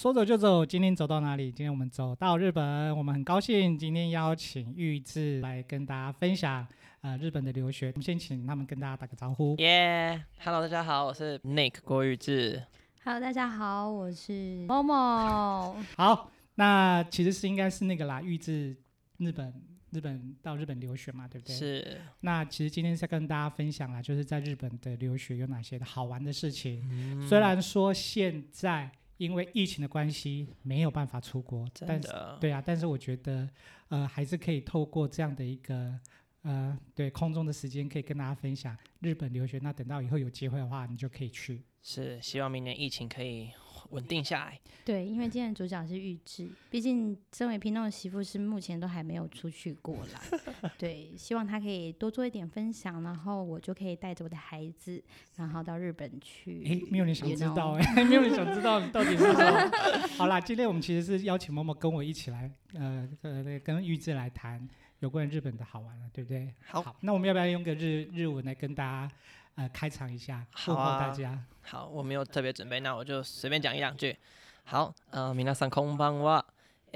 说走就走，今天走到哪里？今天我们走到日本，我们很高兴今天邀请玉智来跟大家分享日本的留学。我们先请他们跟大家打个招呼。 Hello， 大家好，我是 Nick 郭玉智。 Hello， 大家好，我是 Momo。 好，那其实应该是那个啦，玉智到日本留学嘛，对不对？ 是。 那其实今天是跟大家分享啦，就是在日本的留学有哪些的好玩的事情。虽然说现在因为疫情的关系没有办法出国，但是对啊，但是我觉得还是可以透过这样的一个对空中的时间，可以跟大家分享日本留学。那等到以后有机会的话，你就可以去。 是，希望明年疫情可以稳定下来。 对，因为今天的主角是玉智，毕竟身为屏东的媳妇是目前都还没有出去过啦。对，希望他可以多做一点分享，然后我就可以带着我的孩子，然后到日本去。 没有人想知道没有人想知道到底是什么。好啦，今天我们其实是邀请默默跟我一起来跟玉智来谈有关日本的好玩了，对不对？好，那我们要不要用个日文来跟大家开场一下，问候大家？ 好，我没有特别准备，那我就随便讲一两句。好，皆さんこんばんは。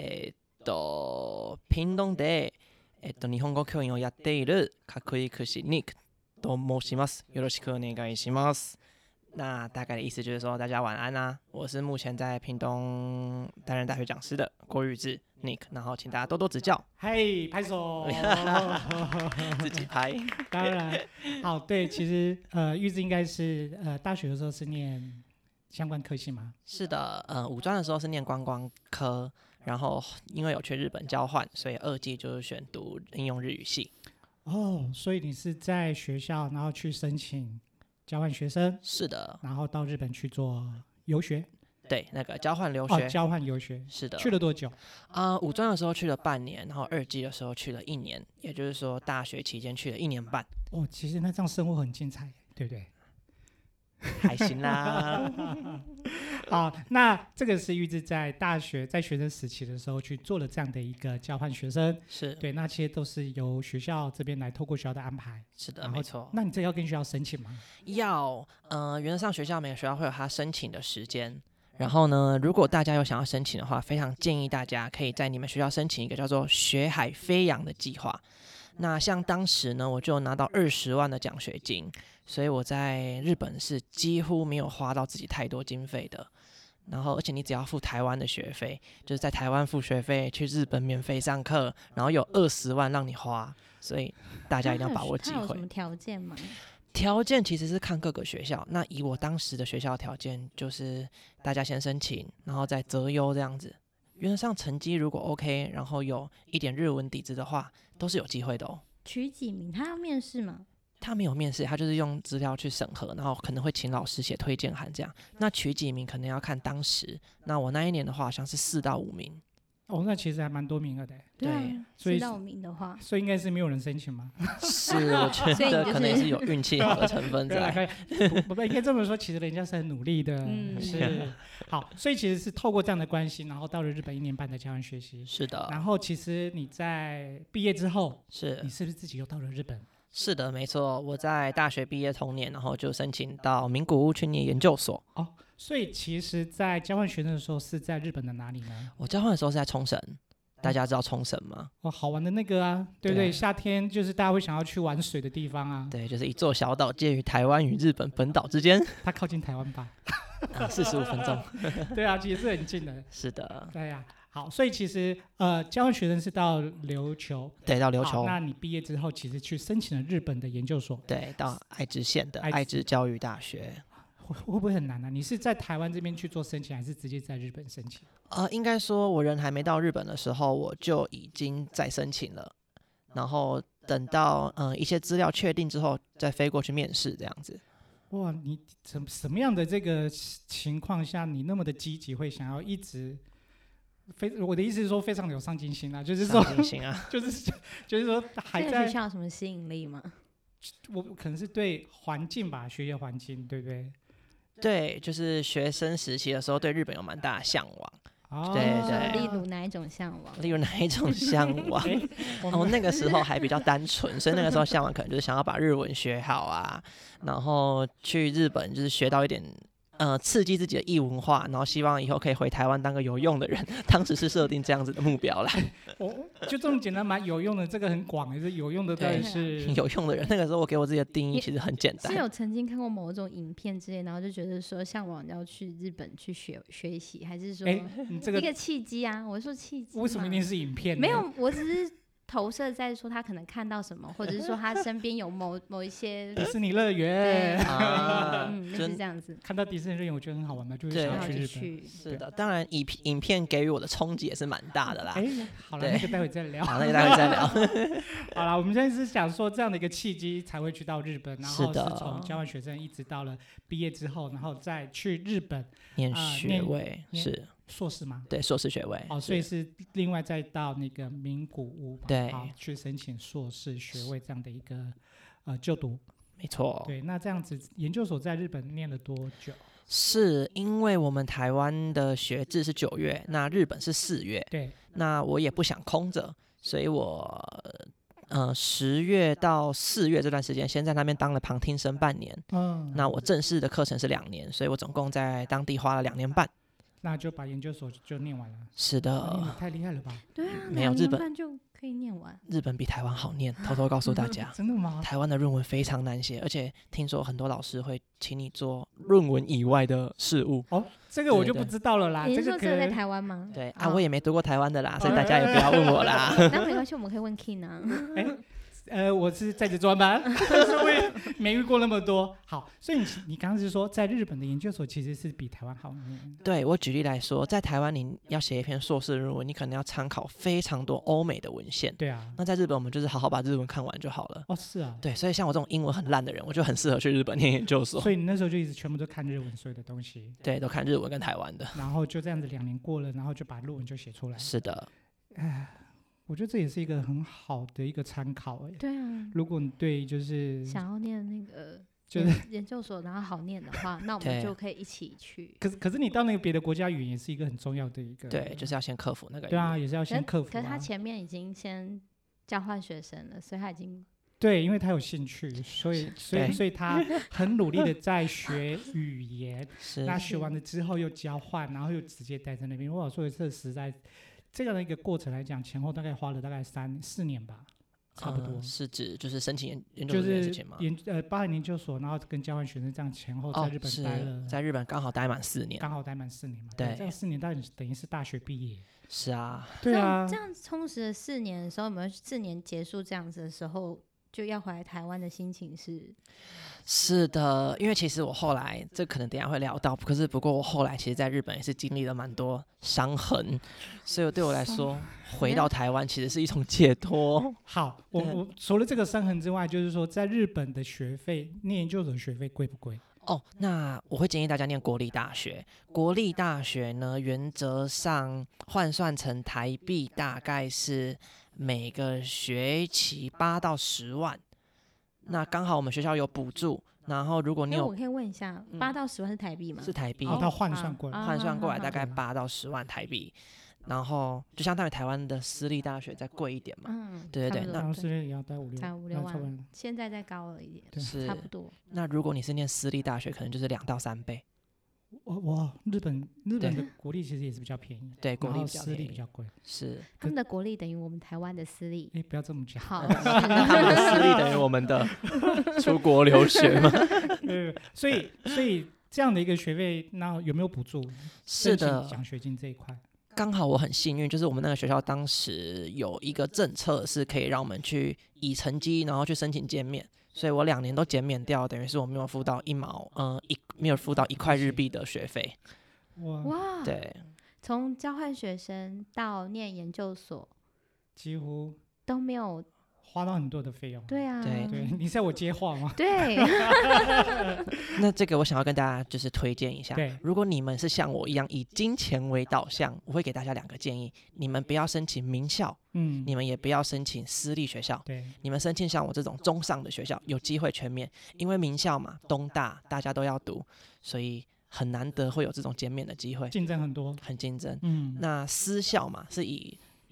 屏東で日本語教員をやっている角育士 Nick と申します。よろしくお願いします。那大概的意思就是说，大家晚安啊！我是目前在屏东担任大学讲师的郭玉智 Nick， 然后请大家多多指教。 嘿，拍手！ 自己拍。 当然，好，对，其实玉智应该是大学的时候是念相关科系吗？ 是的，五专的时候是念观光科，然后因为有去日本交换，所以二技就是选读应用日语系。 哦，所以你是在学校，然后去申请交换学生？ 是的， 然后到日本去做游学？ 对，那个交换留学。 交换游学。 是的。 去了多久？ 五专的时候去了半年，然后二技的时候去了1年，也就是说大学期间去了1年半。 哦，其实那这样生活很精彩，对不对？ 还行啦。 好，那这个是玉智在大学在学生时期的时候去做了这样的一个交换学生。 是。 对，那些都是由学校这边来透过学校的安排。 是的，没错。 那你这要跟学校申请吗？ 要，原则上学校每个学校会有他申请的时间。然后呢，如果大家有想要申请的话，非常建议大家可以在你们学校申请一个叫做学海飞扬的计划。那像当时呢，我就拿到20万的奖学金，所以我在日本是几乎没有花到自己太多经费的。然后而且你只要付台湾的学费，就是在台湾付学费，去日本免费上课，然后有20万让你花，所以大家一定要把握机会。 它有什么条件吗？ 条件其实是看各个学校，那以我当时的学校条件，就是大家先申请，然后再择优这样子。原则上成绩如果 OK， 然后有一点日文底子的话，都是有机会的哦。 取几名？他要面试吗？ 他没有面试，他就是用资料去审核，然后可能会请老师写推荐函这样。那取几名可能要看当时。那我那一年的话，好像是4到5名。 哦，那其实还蛮多名额的。 对，4到5名的话， 所以应该是没有人申请吗？ 是，我觉得可能也是有运气好的成分在。 不应该这么说，其实人家是很努力的。是。好，所以其实是透过这样的关系，然后到了日本1年半的交换学习。 是的。 然后其实你在毕业之后， 你是不是自己又到了日本？ 是的，没错。我在大学毕业同年，然后就申请到名古屋去念研究所。 哦，所以其实在交换学生的时候是在日本的哪里呢？ 我交换的时候是在冲绳。大家知道冲绳吗？ 哦，好玩的那个啊，对不对？夏天就是大家会想要去玩水的地方啊。 对，就是一座小岛介于台湾与日本本岛之间。 它靠近台湾吧 ？45分钟。 对啊，其实是很近的。 是的。 对啊。好，所以其实交换学生是到琉球。 对，到琉球。 那你毕业之后，其实去申请了日本的研究所。 对，到爱知县的爱知教育大学。 会不会很难呢？你是在台湾这边去做申请，还是直接在日本申请？ 应该说我人还没到日本的时候，我就已经在申请了，然后等到一些资料确定之后，再飞过去面试这样子。 哇，你什么样的这个情况下，你那么的积极，会想要一直？我的意思是说非常有上进心啊，就是说， 上进心啊， 就是说还在。 这个学校有什么吸引力吗？ 我可能是对环境吧，学业环境，对不对？ 对，就是学生时期的时候，对日本有蛮大的向往。对例如哪一种向往？ 例如哪一种向往？那个时候还比较单纯，所以那个时候向往可能就是想要把日文学好啊，然后去日本就是学到一点刺激自己的异文化，然后希望以后可以回台湾当个有用的人。当时是设定这样子的目标啦。 就这么简单吗？有用的这个很广，是有用的到底是有用的人。那个时候我给我自己的定义其实很简单。 是有曾经看过某种影片之类，然后就觉得说向往要去日本去学习，还是说你这个一个契机啊？我说契机， 为什么一定是影片呢？ 没有，我只是投射在说他可能看到什么，或者是说他身边有某一些迪士尼乐园， 类似这样子。 看到迪士尼乐园，我觉得很好玩嘛，就是想要去日本。 是的，当然影片给予我的冲击也是蛮大的啦。 好了，那个待会再聊。 好，那个待会再聊。 好了，我们现在是想说这样的一个契机才会去到日本，然后是从交换学生一直到了毕业之后，然后再去日本念学位，是硕士吗？ 对，硕士学位。 所以是另外再到那个名古屋， 对， 去申请硕士学位这样的一个就读。 没错。 对，那这样子研究所在日本念了多久？ 是因为我们台湾的学制是9月，那日本是4月。 对。 那我也不想空着，所以我10月到4月这段时间，先在那边当了旁听生半年。那我正式的课程是2年，所以我总共在当地花了2年半。 那就把研究所就念完了。 是的。 太厉害了吧？ 对啊， 没有日本 2年半就可以念完。 日本比台湾好念，偷偷告诉大家。 真的吗？ 台湾的论文非常难写，而且听说很多老师会请你做论文以外的事务。 这个我就不知道了啦。 你是说这个在台湾吗？ 对啊，我也没读过台湾的啦，所以大家也不要问我啦。 那没关系，我们可以问 King 啊。 我是在职专班，所以没遇过那么多。好，所以你刚刚是说，在日本的研究所其实是比台湾好念。 对，我举例来说，在台湾你要写一篇硕士论文，你可能要参考非常多欧美的文献。 对啊。 那在日本，我们就是好好把日文看完就好了。 是啊。 对，所以像我这种英文很烂的人，我就很适合去日本念研究所。 所以你那时候就一直全部都看日文所有的东西。 对，都看日文跟台湾的。 然后就这样子2年过了，然后就把论文就写出来。 是的。 我觉得这也是一个很好的一个参考。 对啊。 如果你对就是想要念那个就是研究所然后好念的话，那我们就可以一起去。 可是你到那个别的国家，语言也是一个很重要的一个。 对，就是要先克服那个。 对啊，也是要先克服。 可是他前面已经先交换学生了，所以他已经。 对，因为他有兴趣，所以他很努力的在学语言。那学完了之后又交换，然后又直接待在那边。哇，所以这实在这样的一个过程来讲，前后大概花了大概3-4年吧，差不多。 是指就是申请研究所的事情吗？ 包含研究所，然后跟交换学生这样前后在日本待了。 在日本刚好待满4年。 刚好待满4年嘛。 对， 这样4年等于是大学毕业。 是啊。 对啊。 这样充实了4年的时候，我们4年结束这样子的时候，就要回来台湾的心情是？ 是的，因为其实我后来这可能等一下会聊到，不过我后来其实在日本也是经历了蛮多伤痕，所以对我来说回到台湾其实是一种解脱。 好，我除了这个伤痕之外，就是说在日本的学费，念研究所学费贵不贵？ 那我会建议大家念国立大学。国立大学呢，原则上换算成台币大概是每个学期8到10万。那刚好我们学校有补助，然后如果你有， 我可以问一下，8到10万是台币吗？ 是台币。 它换算过来， 换算过来大概8到10万台币。然后就相当于台湾的私立大学再贵一点嘛。对， 那私立也要带 5-6万，现在再高了一点，差不多。 那如果你是念私立大学，可能就是2到3倍。 哇，日本的国立其实也是比较便宜。 对，国立比较便宜， 私立比较贵。 是。 他们的国立等于我们台湾的私立。 不要这么讲。 好。 他们的私立等于我们的出国留学嘛。 所以这样的一个学费，那有没有补助？ 是的， 奖学金这一块。 刚好我很幸运，就是我们那个学校当时有一个政策是可以让我们去以成绩然后去申请减免，所以我2年都减免掉，等于是我没有付到没有付到1块日币的学费。 哇！ 对， 从交换学生到念研究所， 几乎都没有花到很多的费用。 对啊， 对，你在我接话吗？ 对。 那这个我想要跟大家就是推荐一下，如果你们是像我一样以金钱为导向，我会给大家2个建议：你们不要申请名校，你们也不要申请私立学校，你们申请像我这种中上的学校，有机会全免，因为名校嘛，东大大家都要读，所以很难得会有这种减免的机会， 竞争很多， 很竞争。那私校嘛，是以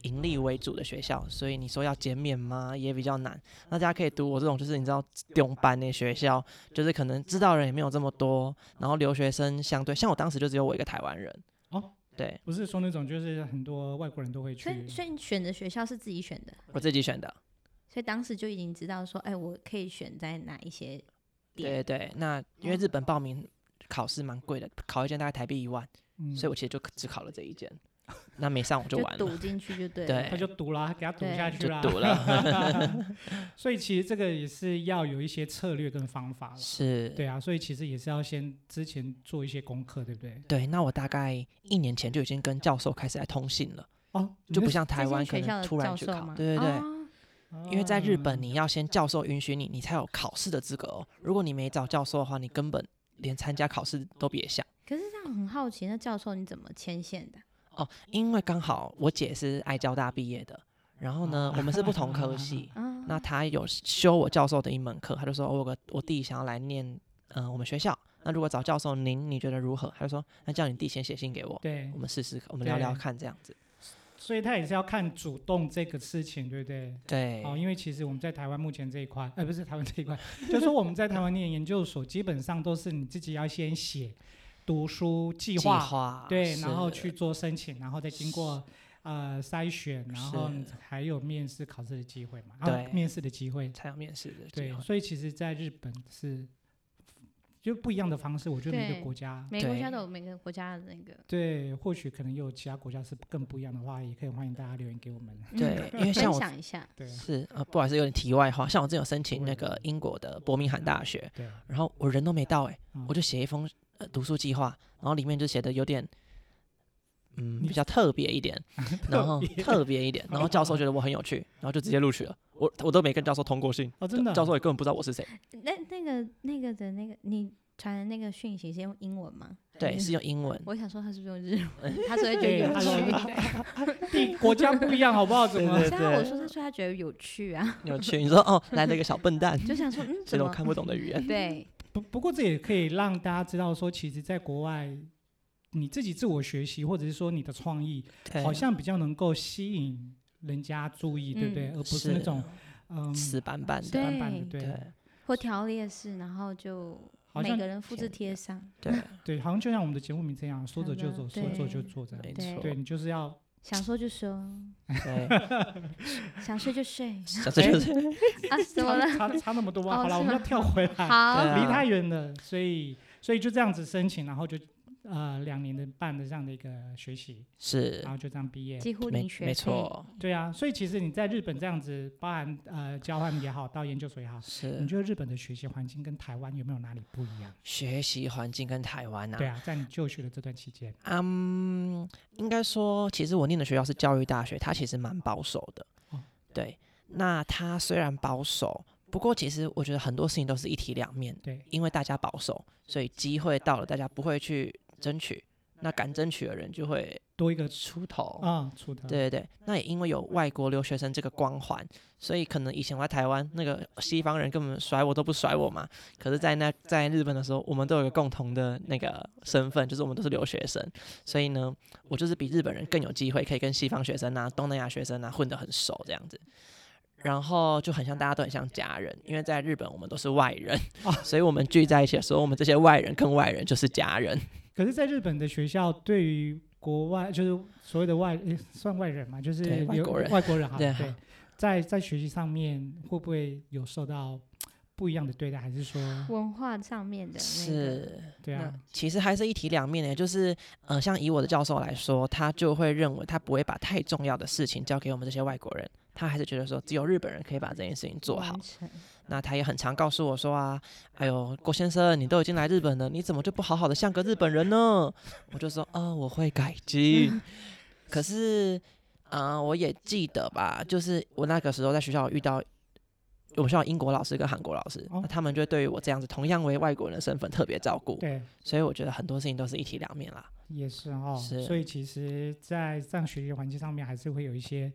盈利为主的学校，所以你说要减免吗，也比较难。那大家可以读我这种，就是你知道中班的学校，就是可能知道的人也没有这么多，然后留学生相对，像我当时就只有我一个台湾人。 哦， 对， 不是说那种就是很多外国人都会去， 所以你选的学校是自己选的， 我自己选的。 所以当时就已经知道说，哎，我可以选在哪一些点。 对对，那因为日本报名考试蛮贵的，考一间大概台币1万，所以我其实就只考了这一间。那没上我就完了， 就赌进去就对了。 对， 他就赌了，给他赌下去了， 就赌了。 所以其实这个也是要有一些策略跟方法了。 是， 对啊，所以其实也是要先之前做一些功课，对不对？ 对，那我大概1年前就已经跟教授开始来通信了。 哦， 就不像台湾可能突然去考，对对对。因为在日本，你要先教授允许你，你才有考试的资格哦。如果你没找教授的话，你根本连参加考试都别想。 可是这样很好奇，那教授你怎么牵线的？ 哦，因为刚好我姐是爱交大毕业的，然后呢，我们是不同科系，那她有修我教授的一门课，她就说我弟想要来念我们学校，那如果找教授你觉得如何？她就说那叫你弟先写信给我， 对， 我们试试，我们聊聊看这样子。 所以他也是要看主动这个事情，对不对？ 对。 哦，因为其实我们在台湾目前这一块，不是台湾这一块，就是说我们在台湾念研究所，基本上都是你自己要先写读书计划，对，然后去做申请，然后再经过筛选，然后还有面试考试的机会嘛， 对， 面试的机会才有面试的机会。 对，所以其实在日本是。就不一样的方式，我觉得每个国家都有每个国家的那个。 对，或许可能有其他国家是更不一样的话，也可以欢迎大家留言给我们。 对，因为像我分享一下。 对， 是不好意思，有点题外话。像我之前有申请那个英国的伯明翰大学， 对， 然后我人都没到我就写一封读书计划，然后里面就写的有点比较特别一点，然后特别一点，然后教授觉得我很有趣，然后就直接录取了。我都没跟教授通过信， 真的， 教授也根本不知道我是谁。 那个你传的那个讯息是用英文吗？ 对，是用英文。 我想说他是不是用日文？他只会觉得有趣。 国家不一样，好不好？怎么？ 对，我说他说他觉得有趣啊。 有趣，你说来了一个小笨蛋， 就想说谁都看不懂的语言。 对。 不过这也可以让大家知道说，其实在国外，你自己自我学习，或者是说你的创意，好像比较能够吸引人家注意，对不对？而不是那种死板板的，对。 或条列式，然后就每个人复制贴上。 对， 好像就像我们的节目名称一样，说着就走，说做就做这样。 没错。 对，你就是要想说就说，想睡就睡， 想睡就睡。 怎么了？ 差那么多吗？好了，我们要跳回来， 好， 离太远了，所以就这样子申请，然后就2年半的这样的一个学习， 是， 然后就这样毕业， 几乎零学费。 没错， 对啊，所以其实你在日本这样子，包含交换也好，到研究所也好， 是， 你觉得日本的学习环境跟台湾有没有哪里不一样？ 学习环境跟台湾啊？ 对啊，在你就学的这段期间， 应该说，其实我念的学校是教育大学，它其实蛮保守的。对，那它虽然保守，不过其实我觉得很多事情都是一体两面。 对， 因为大家保守，所以机会到了，大家不会去争取，那敢争取的人就会多一个出头出头。 对对对，那也因为有外国留学生这个光环，所以可能以前我在台湾，那个西方人根本甩我都不甩我嘛。可是在日本的时候，我们都有一个共同的那个身份，就是我们都是留学生，所以呢，我就是比日本人更有机会可以跟西方学生啊、东南亚学生啊混得很熟这样子。然后就很像大家都很像家人，因为在日本我们都是外人，所以我们聚在一起的时候，我们这些外人跟外人就是家人。 可是，在日本的学校，对于国外就是所谓的算外人嘛，就是外国人哈，对，在学习上面会不会有受到不一样的对待，还是说文化上面的是？ 对啊， 其实还是一体两面的，就是像以我的教授来说，他就会认为他不会把太重要的事情交给我们这些外国人。他还是觉得说，只有日本人可以把这件事情做好。那他也很常告诉我说哎呦，郭先生，你都已经来日本了，你怎么就不好好的像个日本人呢？我就说我会改进。可是我也记得吧，就是我那个时候在学校遇到我们学校英国老师跟韩国老师，他们就对于我这样子同样为外国人的身份特别照顾。 对， 所以我觉得很多事情都是一体两面啦。 也是所以其实在这样学习环境上面还是会有一些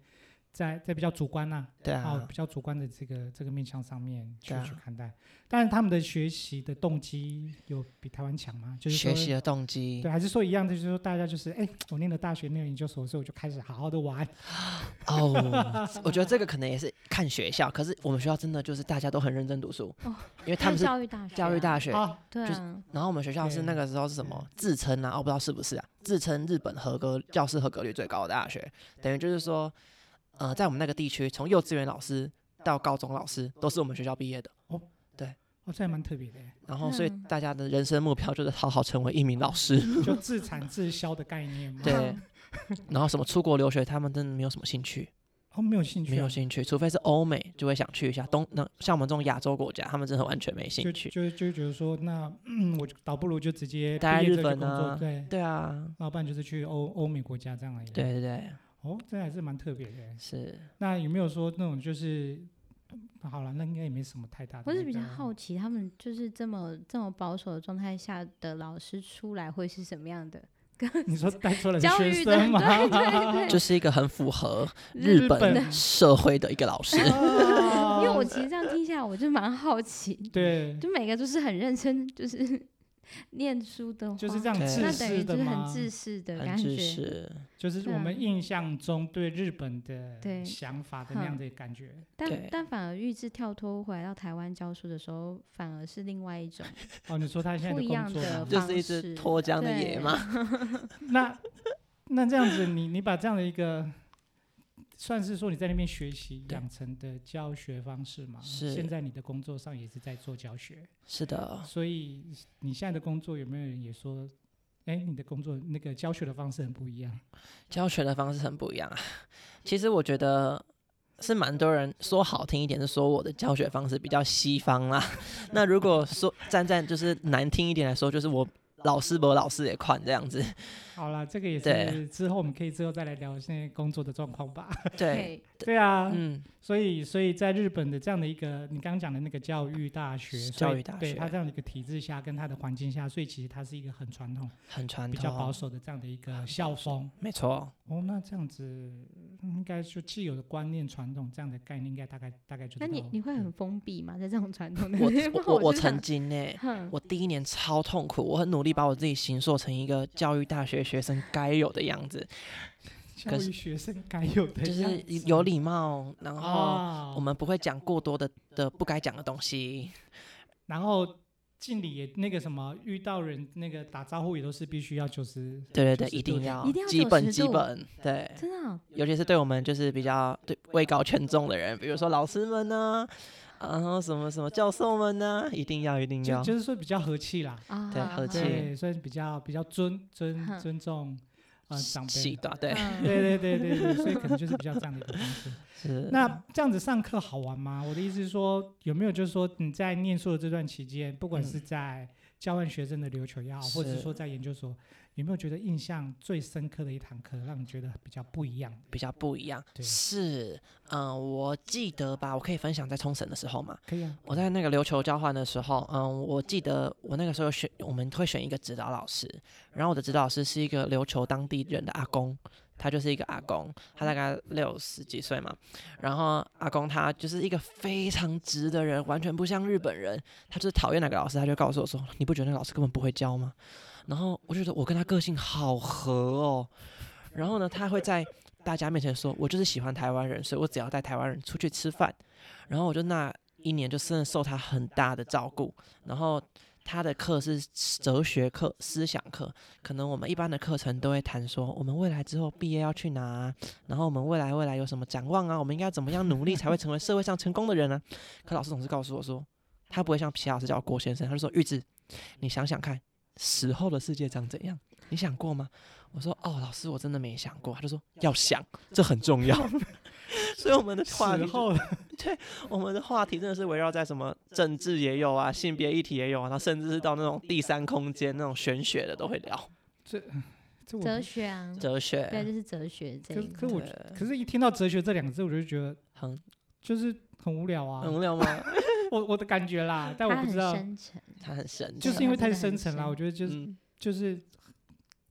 在比较主观对啊， 比较主观的这个面向上面去看待。但是他们的学习的动机有比台湾强吗？就是学习的动机， 对，还是说一样的，就是说大家就是我念了大学，念了研究所，所以我就开始好好的玩。 我觉得这个可能也是看学校，可是我们学校真的就是大家都很认真读书，因为他们是教育大学对啊，然后我们学校是那个时候是什么自称啊，我不知道是不是啊，自称日本教师合格率最高的大学，等于就是说，在我们那个地区，从幼稚园老师到高中老师都是我们学校毕业的。对， 这还蛮特别的。 然后，所以大家的人生目标就是好好成为一名老师， 就自产自销的概念嘛。 对。然后什么出国留学，他们真的没有什么兴趣。 没有兴趣， 没有兴趣，除非是欧美就会想去一下像我们这种亚洲国家，他们真的完全没兴趣， 就觉得说，那我倒不如就直接待在日本啊，对啊，要不然就是去欧美国家这样而已。 对对对， 这还是蛮特别的。 是， 那有没有说那种就是好了，那应该也没什么太大的。 我是比较好奇，他们就是这么保守的状态下的老师出来会是什么样的？ 你说带出来的学生吗？ 对， 就是一个很符合日本社会的一个老师。 因为我其实这样听下来，我就蛮好奇， 对， 就每个都是很认真，就是念书的话， 就是这样自那私等于就是的吗？ 很自私的感觉， 就是我们印象中对日本的想法的那样的感觉。 但反而玉志跳脱回来到台湾教书的时候，反而是另外一种。 你说他现在的工作就是一只脱缰的野马。 那这样子，你把这样的一个。算是说你在那边学习养成的教学方式嘛？ 是。 现在你的工作上也是在做教学。 是的。 所以你现在的工作有没有人也说，你的工作那个教学的方式很不一样？ 教学的方式很不一样啊。其实我觉得是蛮多人说好听一点是说我的教学方式比较西方啦。那如果说站在就是难听一点来说，就是我老师不老师也宽这样子。 好了，这个也是之后我们可以之后再来聊现在工作的状况吧。 对啊，所以在日本的这样的一个你刚刚讲的那个教育大学，对它这样的一个体制下跟它的环境下，所以其实它是一个很传统、比较保守的这样的一个校风。 没错。 那这样子应该就既有的观念、传统这样的概念，应该大概就知道。 那你会很封闭吗？在这种传统的我曾经我第一年超痛苦，我很努力把我自己形塑成一个教育大学学生该有的样子。 教育学生该有的就是有礼貌，然后我们不会讲过多的不该讲的东西， 然后敬礼也那个什么，遇到人那个打招呼也都是必须要90。 对，一定要基本对， 真的尤其是对我们就是比较位高权重的人，比如说老师们呢。然后什么教授们呢？一定要， 就是说比较和气啦。 对，和气， 对，所以比较尊重长辈。对，所以可能就是比较这样的一个方式。 是。 那这样子上课好玩吗？我的意思是说，有没有就是说你在念书的这段期间，不管是在交换学生的琉球也好，或者是说在研究所，有没有觉得印象最深刻的一堂课，让你觉得比较不一样？ 是，我记得吧，我可以分享在冲绳的时候嘛。 可以啊。 我在那个琉球交换的时候，我记得我那个时候我们会选一个指导老师，然后我的指导老师是一个琉球当地人的阿公。他就是一个阿公，他大概60几岁嘛，然后阿公他就是一个非常直的人，完全不像日本人，他就是讨厌那个老师，他就告诉我说，你不觉得那个老师根本不会教吗？然后我觉得我跟他个性好合哦，然后呢，他会在大家面前说，我就是喜欢台湾人，所以我只要带台湾人出去吃饭，然后我就那一年就真的受他很大的照顾，然后他的课是哲学课、思想课，可能我们一般的课程都会谈说，我们未来之后毕业要去哪啊，然后我们未来有什么展望啊，我们应该怎么样努力才会成为社会上成功的人啊？可老师总是告诉我说，他不会像皮老师叫郭先生，他就说，玉志，你想想看，死后的世界长怎样？你想过吗？我说，老师，我真的没想过。他就说，要想，这很重要。所以我们的话题，对，我们的话题真的是围绕在什么政治也有啊，性别议题也有啊，然后甚至是到那种第三空间那种玄学的都会聊。 哲学啊，对，就是哲学这一块。 可是一听到哲学这2个字，我就觉得就是很无聊啊。 很无聊吗？ 我的感觉啦，但我不知道。 它很深沉， 它很深沉， 就是因为太深沉啦，我觉得就是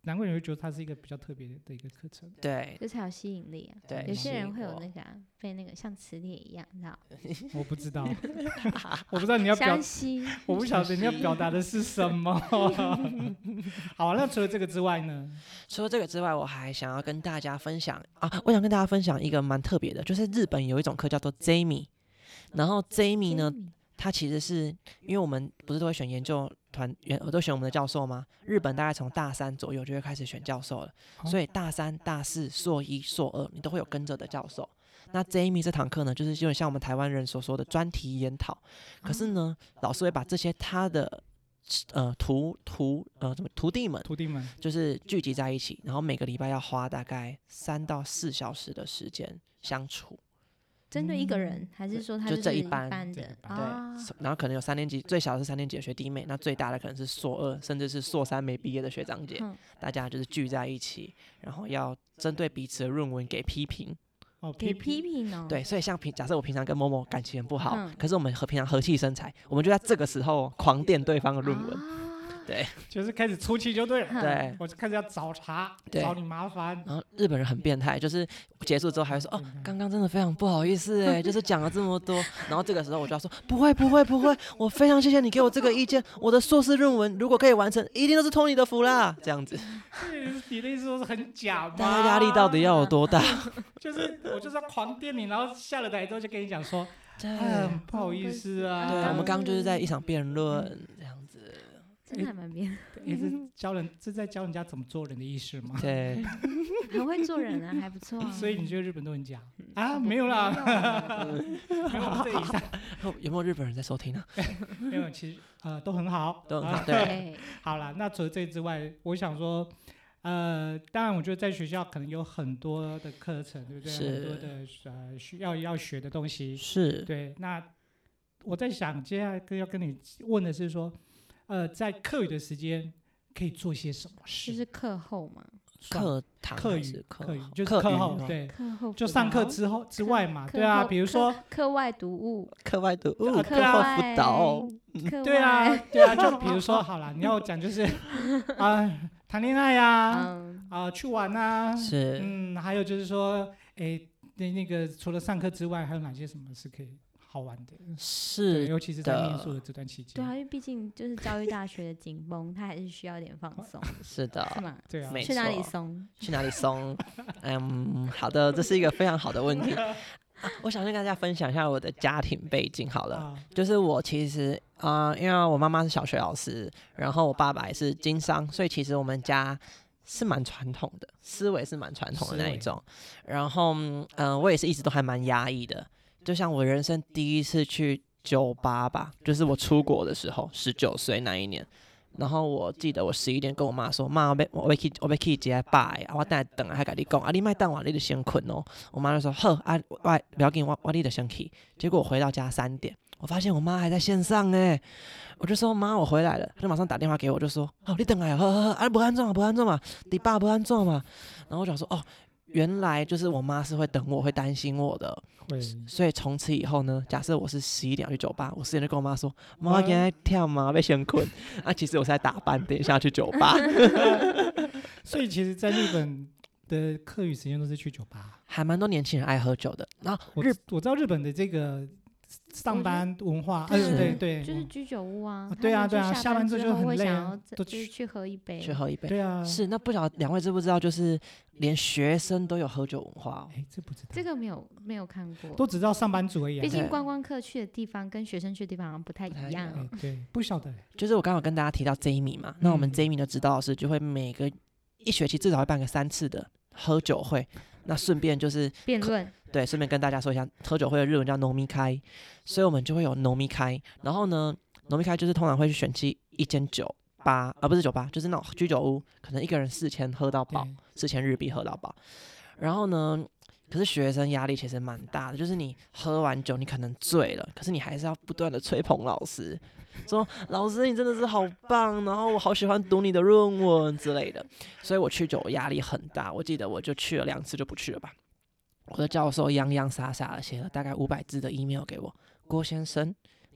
难怪你会觉得它是一个比较特别的一个课程。 对， 这才有吸引力啊。 对， 有些人会有那个被那个像磁铁一样，你知道？ 我不知道，我不知道你要相吸， 我不晓得你要表达的是什么。好，那除了这个之外呢？ 除了这个之外，我还想要跟大家分享我想跟大家分享一个蛮特别的，就是日本有一种课叫做 JAMI， 然后 JAMI 呢，它其实是因为我们不是都会选研究团，我都选我们的教授吗？日本大概从大3左右就会开始选教授了，所以大3、大4、硕1、硕2，你都会有跟着的教授。那 JAMI 这堂课呢，就是有点像我们台湾人所说的专题研讨，可是呢，老师会把这些他的徒弟们，就是聚集在一起，然后每个礼拜要花大概3到4小时的时间相处。 针对一个人，还是说他就这一班班的？ 对，然后可能有3年级，最小的是3年级的学弟妹，那最大的可能是硕2，甚至是硕3没毕业的学长姐，大家就是聚在一起，然后要针对彼此的论文给批评。 给批评哦。 对，所以像假设我平常跟某某感情很不好，可是我们平常和气生财，我们就在这个时候狂电对方的论文。对， 就是开始出气就对了。 对， 我就开始要找茬，找你麻烦。 然后日本人很变态，就是结束之后还会说刚刚真的非常不好意思就是讲了这么多。然后这个时候我就要说不会，我非常谢谢你给我这个意见，我的硕士论文如果可以完成，一定都是托你的福啦，这样子。 你的意思说是很假吗？ 大家压力到底要有多大？ 就是我就是要狂电你，然后下了台之后就跟你讲说，不好意思啊。 对，我们刚刚就是在一场辩论这样子。 真的还蛮变， 也是在教人家怎么做人的意思吗？ 对， 很会做人啊，还不错啊。 所以你觉得日本都很假啊？没有啦，没有这以上。 有没有日本人在收听呢？ 没有，其实都很好， 都很好。对， 好啦，那除了这之外，我想说，当然，我觉得在学校可能有很多的课程，对不对？很多的要学的东西。 是。 对，那我在想，接下来要跟你问的是说。在课余的时间可以做些什么事？ 就是课后嘛， 课堂课余就是课后，对， 课后就上课之外嘛，对啊，比如说课外读物， 课后辅导， 对啊，就比如说好了，你要讲就是谈恋爱呀，去玩啊， 是， 还有就是说，那个除了上课之外，还有哪些什么是可以好玩的？ 是， 尤其是在念书的这段期间。 对啊，因为毕竟就是教育大学的紧绷，它还是需要一点放松。 是的， 是吗？ 对啊。 去哪里松？ 去哪里松？好的，这是一个非常好的问题。我想跟大家分享一下我的家庭背景好了，就是我其实因为我妈妈是小学老师，然后我爸爸也是经商，所以其实我们家是蛮传统的，思维是蛮传统的那一种。然后我也是一直都还蛮压抑的。就像我人生第一次去酒吧吧，就是我出国的时候，19岁那一年。然后我记得我11点跟我妈说：“妈，我要去一个吧，我等下等下还跟你讲，你别等我，你就先困哦。”我妈就说：“好不要紧，我你就先去。”结果我回到家3点，我发现我妈还在线上我就说：“妈，我回来了。”她就马上打电话给我，就说：“你等来，不安怎嘛，你爸不安怎嘛。”然后我想说：“原来就是我妈是会等我，会担心我的。”所以从此以后呢，假设我是11点要去酒吧，我10点就跟我妈说：“妈，我今天跳吗？被先困。”其实我是在打扮，等一下去酒吧。 所以其实，在日本的课余时间都是去酒吧， 还蛮多年轻人爱喝酒的。然后我知道日本的这个上班文化，对， 就是居酒屋啊。 对啊，下班之后就很累， 就是去喝一杯， 对啊， 是。那不晓得两位知不知道，就是连学生都有喝酒文化这不知道， 这个没有看过， 都只知道上班族而已。 毕竟观光客去的地方跟学生去的地方好像不太一样。 对，不晓得。 就是我刚好跟大家提到 JAMI 嘛，那我们 JAMI 的指导老师就会每个一学期至少会办个3次的喝酒会，那顺便就是辩论。 对，顺便跟大家说一下，喝酒会的日文叫 nomikai， 所以我们就会有 nomikai。然后呢 ，nomikai 就是通常会去选去一间酒吧，不是酒吧，就是那种居酒屋，可能一个人4000喝到饱，4000日币喝到饱。然后呢，可是学生压力其实蛮大的，就是你喝完酒，你可能醉了，可是你还是要不断的吹捧老师，说老师你真的是好棒，然后我好喜欢读你的论文之类的。所以我去酒压力很大，我记得我就去了2次就不去了吧。我的教授洋洋洒洒的写了大概500字的 email 给我，郭先生，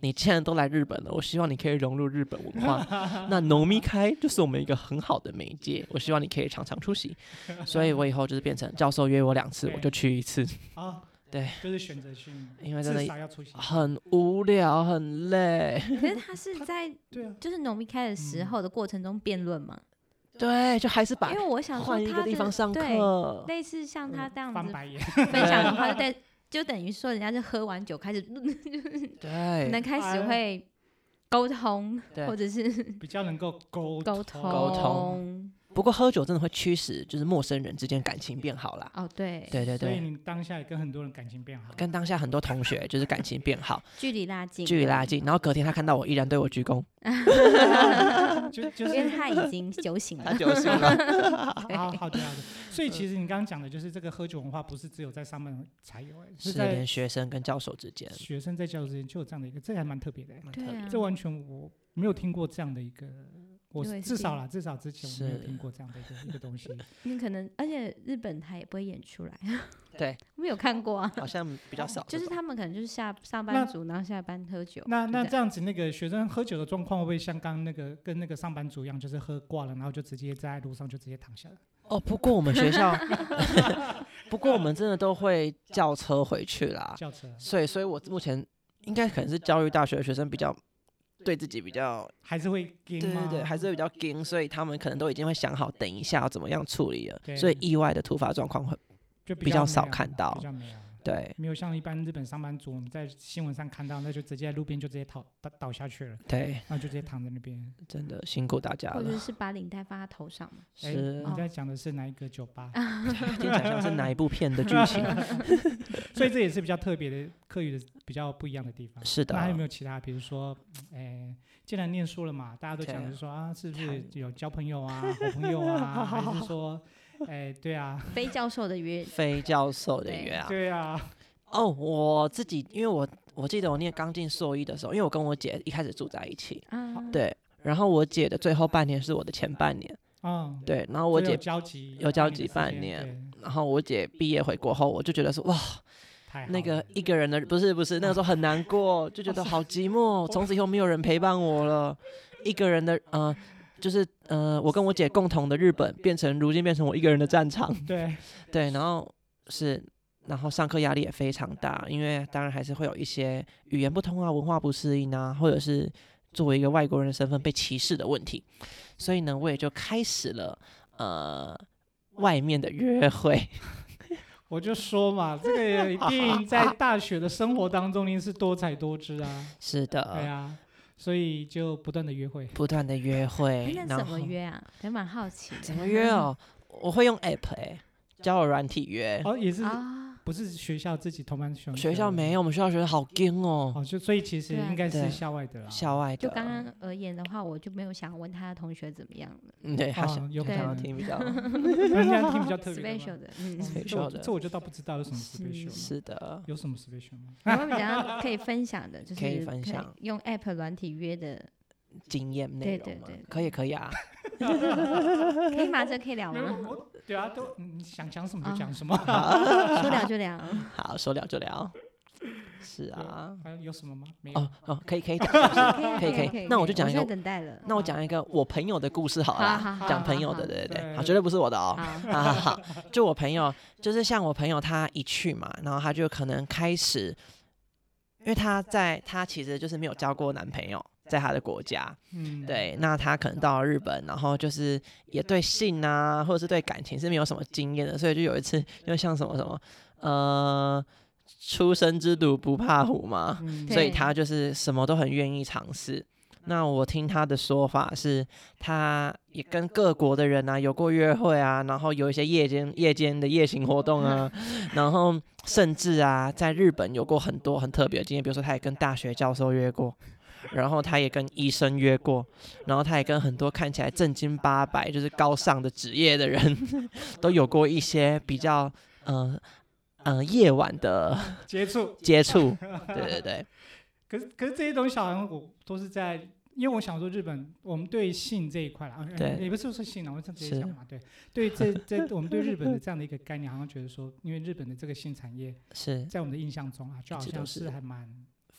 你既然都来日本了，我希望你可以融入日本文化。那农咪开就是我们一个很好的媒介，我希望你可以常常出席。所以我以后就是变成教授约我2次，我就去1次。对， 就是选择性， 因为真的至少要出席， 很无聊很累。 可是他是在就是农民开的时候的过程中辩论嘛？ 对，就还是把因为我想说换一个地方上课， 类似像他这样子翻白眼分享的话，就等于说人家是喝完酒开始， 对， 能开始会沟通，或者是比较能够沟通。 不过喝酒真的会驱使就是陌生人之间感情变好啦。 对， 所以你当下也跟很多人感情变好， 跟当下很多同学就是感情变好， 距离拉近， 然后隔天他看到我依然对我鞠躬， 就是因为他已经酒醒了， 他酒醒了。 好的。所以其实你刚刚讲的就是这个喝酒文化，不是只有在上班才有， 是连学生跟教授之间， 学生在教授之间就有这样的一个，这还蛮特别的， 这完全我没有听过这样的一个。我至少之前我没有听过这样的一个东西。 你可能，而且日本他也不会演出来。 对， 没有看过啊， 好像比较少。 就是他们可能就是上班族，然后下班喝酒。 那这样子，那个学生喝酒的状况会不会像刚跟那个上班族一样，就是喝挂了，然后就直接在路上就直接躺下了？ 不过我们学校，不过我们真的都会叫车回去啦。 叫车。 所以我目前应该可能是教育大学的学生比较。对自己比较还是会惊吗？ 对，还是会比较惊，所以他们可能都已经会想好等一下要怎么样处理了，所以意外的突发状况会比较少看到，对， 没有像一般日本上班族我们在新闻上看到，那就直接在路边就直接倒下去了， 对， 然后就直接躺在那边， 真的辛苦大家了。 或者是把领带放在头上嘛？ 是， 你在讲的是哪一个酒吧？ 听起来像是哪一部片的剧情？ 所以这也是比较特别的课语的比较不一样的地方。 是的。 那还有没有其他？比如说，既然念书了嘛，大家都讲是说是不是有交朋友啊、好朋友啊，还是说，对啊， 非教授的约啊， 对啊。 我自己因为我记得我刚进硕一的时候，因为我跟我姐一开始住在一起，对，然后我姐的最后半年是我的前半年。对，然后我姐有交集半年，然后我姐毕业回国后，我就觉得说哇，那个一个人的不是那个时候很难过，就觉得好寂寞，从此以后没有人陪伴我了，一个人的就是我跟我姐共同的日本如今变成我一个人的战场。对，然后上课压力也非常大，因为当然还是会有一些语言不通啊、文化不适应啊，或者是作为一个外国人的身份被歧视的问题，所以呢，我也就开始了外面的约会。 我就说嘛，这个一定在大学的生活当中，一定是多彩多姿啊。 是的， 对啊，所以就不断的约会。 那怎么约啊？还蛮好奇。 怎么约哦？我会用 app 交友软体约。 也是。不是学校自己同班学校没有，我们学校学的好硬哦。 所以其实应该是校外的啦。 校外的。 就刚刚而言的话，我就没有想问他的同学怎么样了。 对，他想听比较， 人家听比较特别 special 的 ，special 的。 这我就倒不知道有什么 special。 是的。 有什么 special 吗？ 有没有比较可以分享的？就是可以分享用 app 软体约的经验内容吗？ 对， 可以啊。 可以吗？这可以聊吗？ 对啊，你想讲什么就讲什么， 说聊就聊。 好，说聊就聊。是啊。 还有什么吗？没有。 可以讲，可以。那我就讲一个， 等待了。 那我讲一个我朋友的故事好了，讲朋友的，对，好，绝对不是我的哦。好，就我朋友，就是像我朋友他一去嘛，然后他就可能开始，因为他其实就是没有交过男朋友。在他的国家，对，那他可能到了日本，然后就是也对性啊，或者是对感情是没有什么经验的，所以就有一次，就像什么，初生之犊不怕虎嘛，所以他就是什么都很愿意尝试。那我听他的说法是，他也跟各国的人啊有过约会啊，然后有一些夜间的夜行活动啊，然后甚至啊在日本有过很多很特别的经验，比如说他也跟大学教授约过。然后他也跟医生约过，然后他也跟很多看起来正经八百就是高尚的职业的人都有过一些比较夜晚的接触，对。 可是这些东西好像我都是在，因为我想说日本我们对性这一块啦， 对， 也不是说性啦，我直接讲嘛，对我们对日本的这样的一个概念，好像觉得说，因为日本的这个性产业是在我们的印象中啊，就好像是还蛮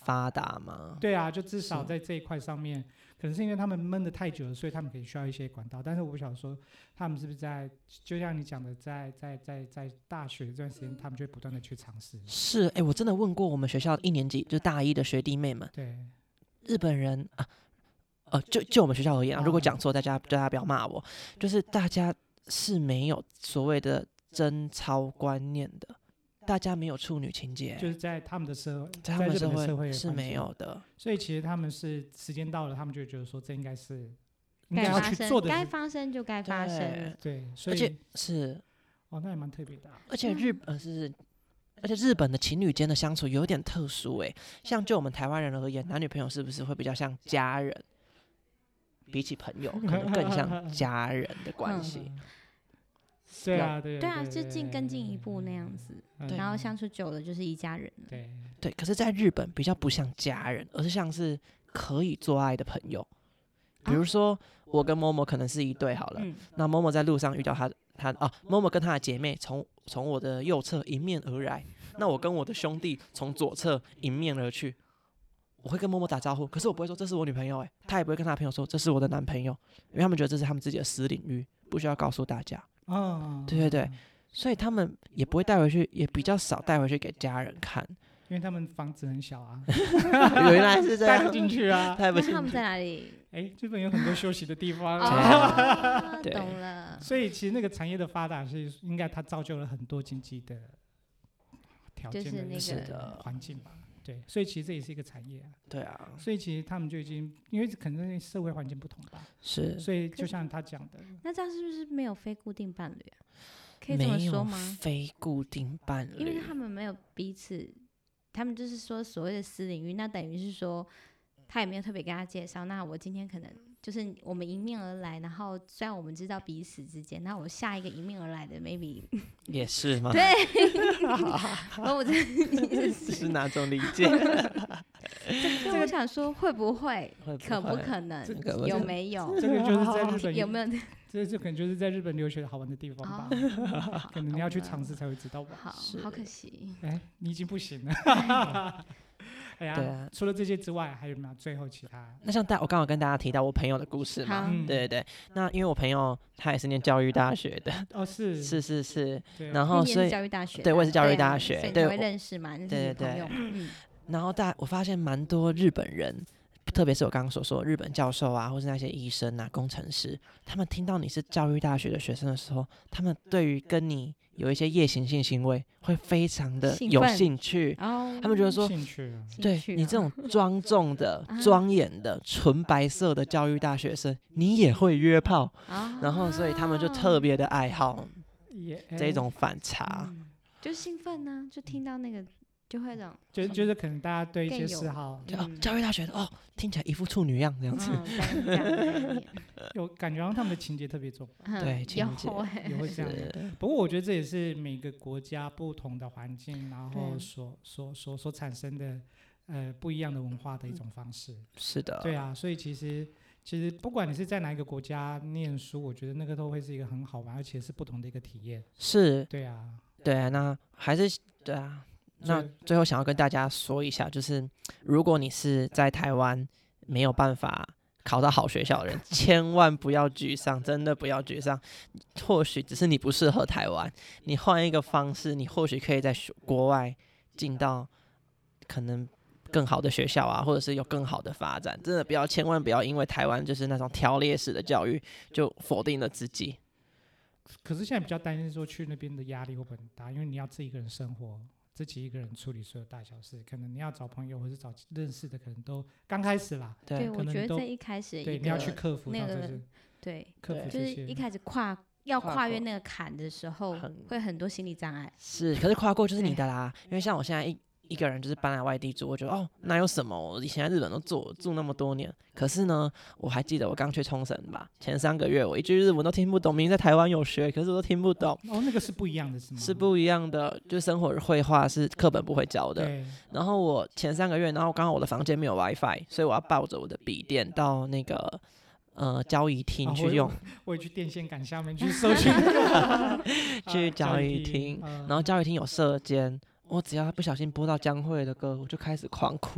发达吗？ 对啊，就至少在这一块上面，可能是因为他们闷得太久了，所以他们可以需要一些管道。但是我不晓得说他们是不是就像你讲的，在大学这段时间，他们就会不断的去尝试。 是，我真的问过我们学校1年级就大一的学弟妹们， 对， 日本人就我们学校而言如果讲错，大家不要骂我，就是大家是没有所谓的贞操观念的。大家没有处女情节， 就是在他们的社会， 在他们的社会是没有的。 所以其实他们是时间到了，他们就觉得说这应该是应该要去做的， 该发生就该发生。 对，所以而且是那也蛮特别的。 而且日本的情侣间的相处有点特殊像就我们台湾人而言，男女朋友是不是会比较像家人？比起朋友，可能更像家人的关系。 对啊，对啊，就更进一步那样子，然后相处久了就是一家人了。 对，可是在日本比较不像家人，而是像是可以做爱的朋友。比如说我跟某某可能是一对好了，那某某在路上遇到某某跟他的姐妹从我的右侧迎面而来，那我跟我的兄弟从左侧迎面而去。我会跟某某打招呼，可是我不会说这是我女朋友他也不会跟他的朋友说这是我的男朋友，因为他们觉得这是他们自己的私领域，不需要告诉大家。对，所以他们也不会带回去，也比较少带回去给家人看， 因为他们房子很小啊。 原来是这样， 带不进去啊。 那他们在哪里？ 日本有很多休息的地方。 懂了。 所以其实那个产业的发达是应该它造就了很多经济的条件的环境吧。对，所以其实这也是一个产业啊。 对啊， 所以其实他们就已经，因为可能社会环境不同吧， 是， 所以就像他讲的， 那这样是不是没有非固定伴侣啊？可以这么说吗？ 没有非固定伴侣， 因为他们没有彼此，他们就是说所谓的私领域，那等于是说他也没有特别跟他介绍。那我今天可能就是我们迎面而来，然后虽然我们知道彼此之间，那我下一个迎面而来的 maybe 也是吗？ 对，我这是哪种理解？ 这个我想说会不会，可不可能，有没有？ 这个就是在日本有没有？ 这可能就是在日本留学的好玩的地方吧，可能你要去尝试才会知道吧。 好可惜。 你已经不行了。 对啊， 除了这些之外，还有没有最后其他？ 那像我刚好跟大家提到我朋友的故事嘛，对。那因为我朋友他也是念教育大学的，是，然后所以教育大学， 对，我也是教育大学， 对，会认识嘛，对。 然后我发现蛮多日本人，特别是我刚刚所说的日本教授啊，或是那些医生啊、工程师，他们听到你是教育大学的学生的时候，他们对于跟你有一些夜行性行为会非常的有兴趣，他们觉得说，对你这种庄重的、庄严的、纯白色的教育大学生，你也会约炮，然后所以他们就特别的爱好这种反差， 就兴奋呢，就听到那个。就会就是可能大家对一些嗜好， 教育大学的听起来一副处女样这样子， 有感觉他们的情节特别重， 对，情节也会这样。不过我觉得这也是每个国家不同的环境，然后所产生的不一样的文化的一种方式。 是的， 对啊，所以其实不管你是在哪一个国家念书，我觉得那个都会是一个很好玩，而且是不同的一个体验。 是， 对啊， 那还是对啊。那最后想要跟大家说一下，就是如果你是在台湾没有办法考到好学校的人，千万不要沮丧，真的不要沮丧。或许只是你不适合台湾，你换一个方式，你或许可以在国外进到可能更好的学校啊，或者是有更好的发展。真的千万不要因为台湾就是那种条列式的教育就否定了自己。 可是现在比较担心说去那边的压力会不会很大，因为你要自己一个人生活，自己一个人处理所有大小事，可能你要找朋友或是找认识的，可能都刚开始啦。 对，我觉得这一开始对你要去克服那个， 对， 克服就是一开始跨越那个坎的时候，会很多心理障碍。 是，可是跨过就是你的啦。因为像我现在一个人就是搬来外地住，我觉得哪有什么，我以前在日本都住那么多年。可是呢，我还记得我刚去冲绳吧，前3个月我一句日文都听不懂，明明在台湾有学，可是我都听不懂。 那个是不一样的，是吗？ 是不一样的，就生活绘画是课本不会教的。然后我前3个月，然后刚好我的房间没有 WiFi， 所以我要抱着我的笔电到那个交易厅去用。 我也去电线杆下面去搜寻去交易厅，然后交易厅有舍监。我只要不小心播到江蕙的歌，我就开始狂哭。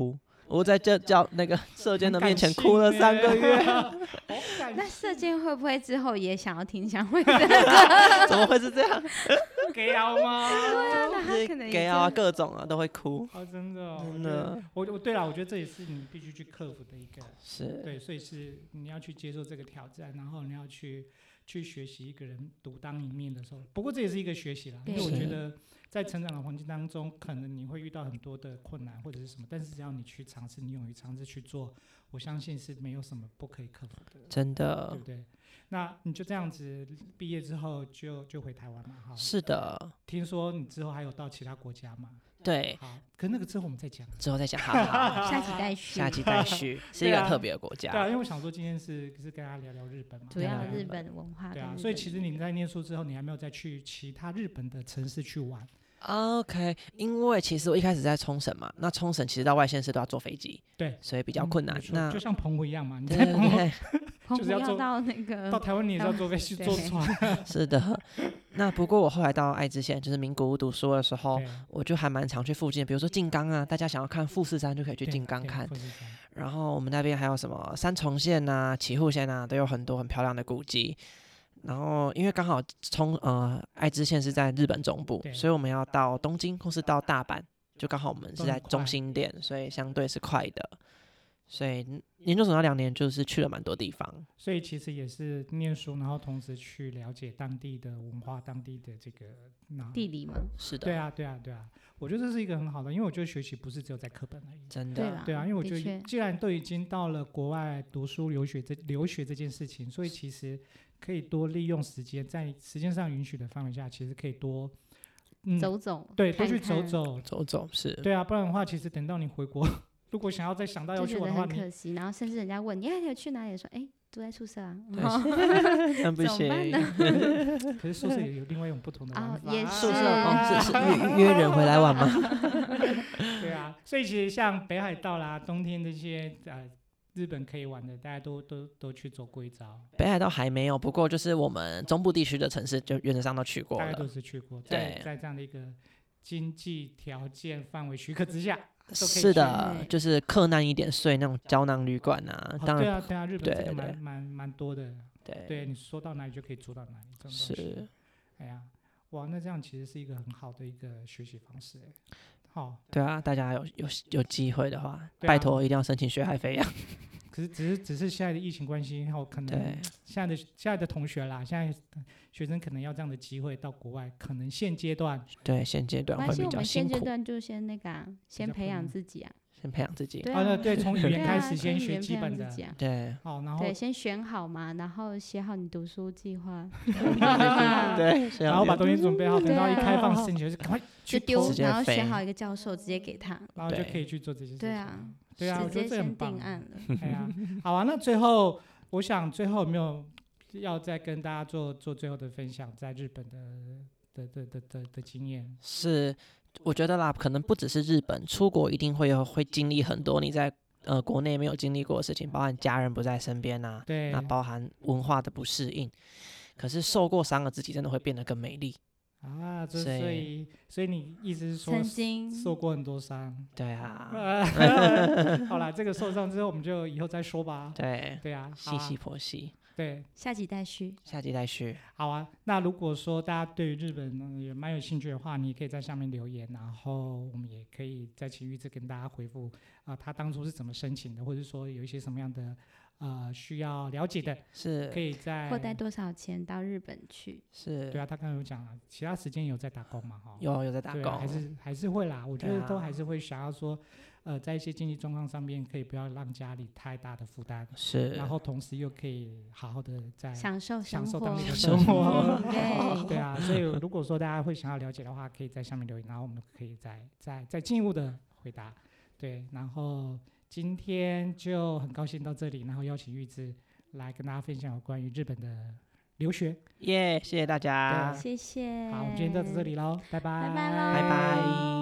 我在叫那个舍监的面前哭了3个月。 那舍监会不会之后也想要听祥慧的？ 怎么会是这样？ 给熬吗？ 对啊，那他可能给啊，各种啊都会哭。 真的哦， 真的。 对了，我觉得这也是你必须去克服的一个， 是对，所以是你要去接受这个挑战，然后你要去学习一个人独当一面的时候。不过这也是一个学习啦，因为我觉得在成长的环境当中，可能你会遇到很多的困难或者是什么，但是只要你去尝试，你勇于尝试去做，我相信是没有什么不可以克服的。 真的， 对不对？那你就这样子毕业之后就回台湾嘛？哈， 是的。 听说你之后还有到其他国家嘛？ 对。 好，可那个之后我们再讲。 之后再讲，好。 下集待续。 下集待续，是一个很特别的国家。 对啊，因为我想说今天是跟大家聊聊日本嘛， 主要日本文化。 对啊，所以其实你在念书之后，你还没有再去其他日本的城市去玩。 OK， 因为其实我一开始在冲绳嘛，那冲绳其实到外县市都要坐飞机， 对， 所以比较困难。那就像澎湖一样嘛，你在澎湖就是要到那个到台湾，你也是要坐飞机坐船。 是的。那不过我后来到爱知县，就是名古屋读书的时候，我就还蛮常去附近，比如说静冈啊，大家想要看富士山就可以去静冈看。然后我们那边还有什么三重县啊、岐阜县啊，都有很多很漂亮的古迹。然后因为刚好爱知县是在日本中部，所以我们要到东京或是到大阪，就刚好我们是在中心点，所以相对是快的。所以研究所那2年就是去了蛮多地方。 所以其实也是念书，然后同时去了解当地的文化、当地的这个地理嘛。 是的。 对啊，我觉得这是一个很好的，因为我觉得学习不是只有在课本而已。 真的。 对啊，因为我觉得既然都已经到了国外读书留学这件事情，所以其实可以多利用时间，在时间上允许的范围下，其实可以多走走， 对，多去走走， 是。 对啊，不然的话，其实等到你回国，如果想要再想到要去玩的话， 很可惜。然后甚至人家问你，你有去哪里？说，住在宿舍啊。 那不行。 可是宿舍也有另外一种不同的玩法。 也是。 宿舍是约人回来玩吗？ 对啊，所以其实像北海道啦，冬天这些日本可以玩的，大家都去走过一遭。 北海道还没有，不过就是我们中部地区的城市，就原则上都去过了。 大概都是去过。 对， 在这样的一个经济条件范围许可之下， 是的，就是克难一点睡那种胶囊旅馆啊。当然， 对啊，日本这个蛮多的。对，你说到哪里就可以住到哪里，这种东西。 是。 哎呀，哇，那这样其实是一个很好的一个学习方式。好。 对啊，大家有机会的话，拜托一定要申请学海飞扬。 可是只是现在的疫情关系，然后可能现在的同学啦，现在学生可能要这样的机会到国外，可能现阶段会比较辛苦。 我们现阶段就先先培养自己啊。 先培养自己。 对，从语言开始先学基本的。 对。 好，然后先选好嘛，然后写好你读书计划。 对。 然后把东西准备好，等到一开放申请就赶快去丢，然后选好一个教授直接给他， 然后就可以去做这些事情。 对啊， 我觉得这很棒。 定案了。 哎呀，好啊，那最后我想最后有没有要再跟大家做最后的分享，在日本的经验？ 是。我觉得啦，可能不只是日本，出国一定会经历很多你在国内没有经历过的事情，包含家人不在身边啊， 对， 那包含文化的不适应。可是受过伤的自己真的会变得更美丽啊！所以你意思是说， 曾经受过很多伤？ 对啊。 好啦，这个受伤之后我们就以后再说吧。 对啊， 细细剖析。 对， 下集待续。 好啊，那如果说大家对于日本也蛮有兴趣的话，你也可以在下面留言，然后我们也可以再请玉子跟大家回复他当初是怎么申请的，或者说有一些什么样的需要了解的， 是可以在或带多少钱到日本去。 是。 对啊，他刚刚有讲了，其他时间有在打工嘛？ 有在打工， 还是会啦。我觉得都还是会想要说。在一些经济状况上面，可以不要让家里太大的负担， 是， 然后同时又可以好好的在享受当地的生活， 对啊，所以如果说大家会想要了解的话，可以在下面留言，然后我们可以再进一步的回答，对，然后今天就很高兴到这里，然后邀请玉芝来跟大家分享有关于日本的留学， 谢谢大家， 谢谢， 好，我们今天到这里喽，拜拜， 拜拜喽， 拜拜。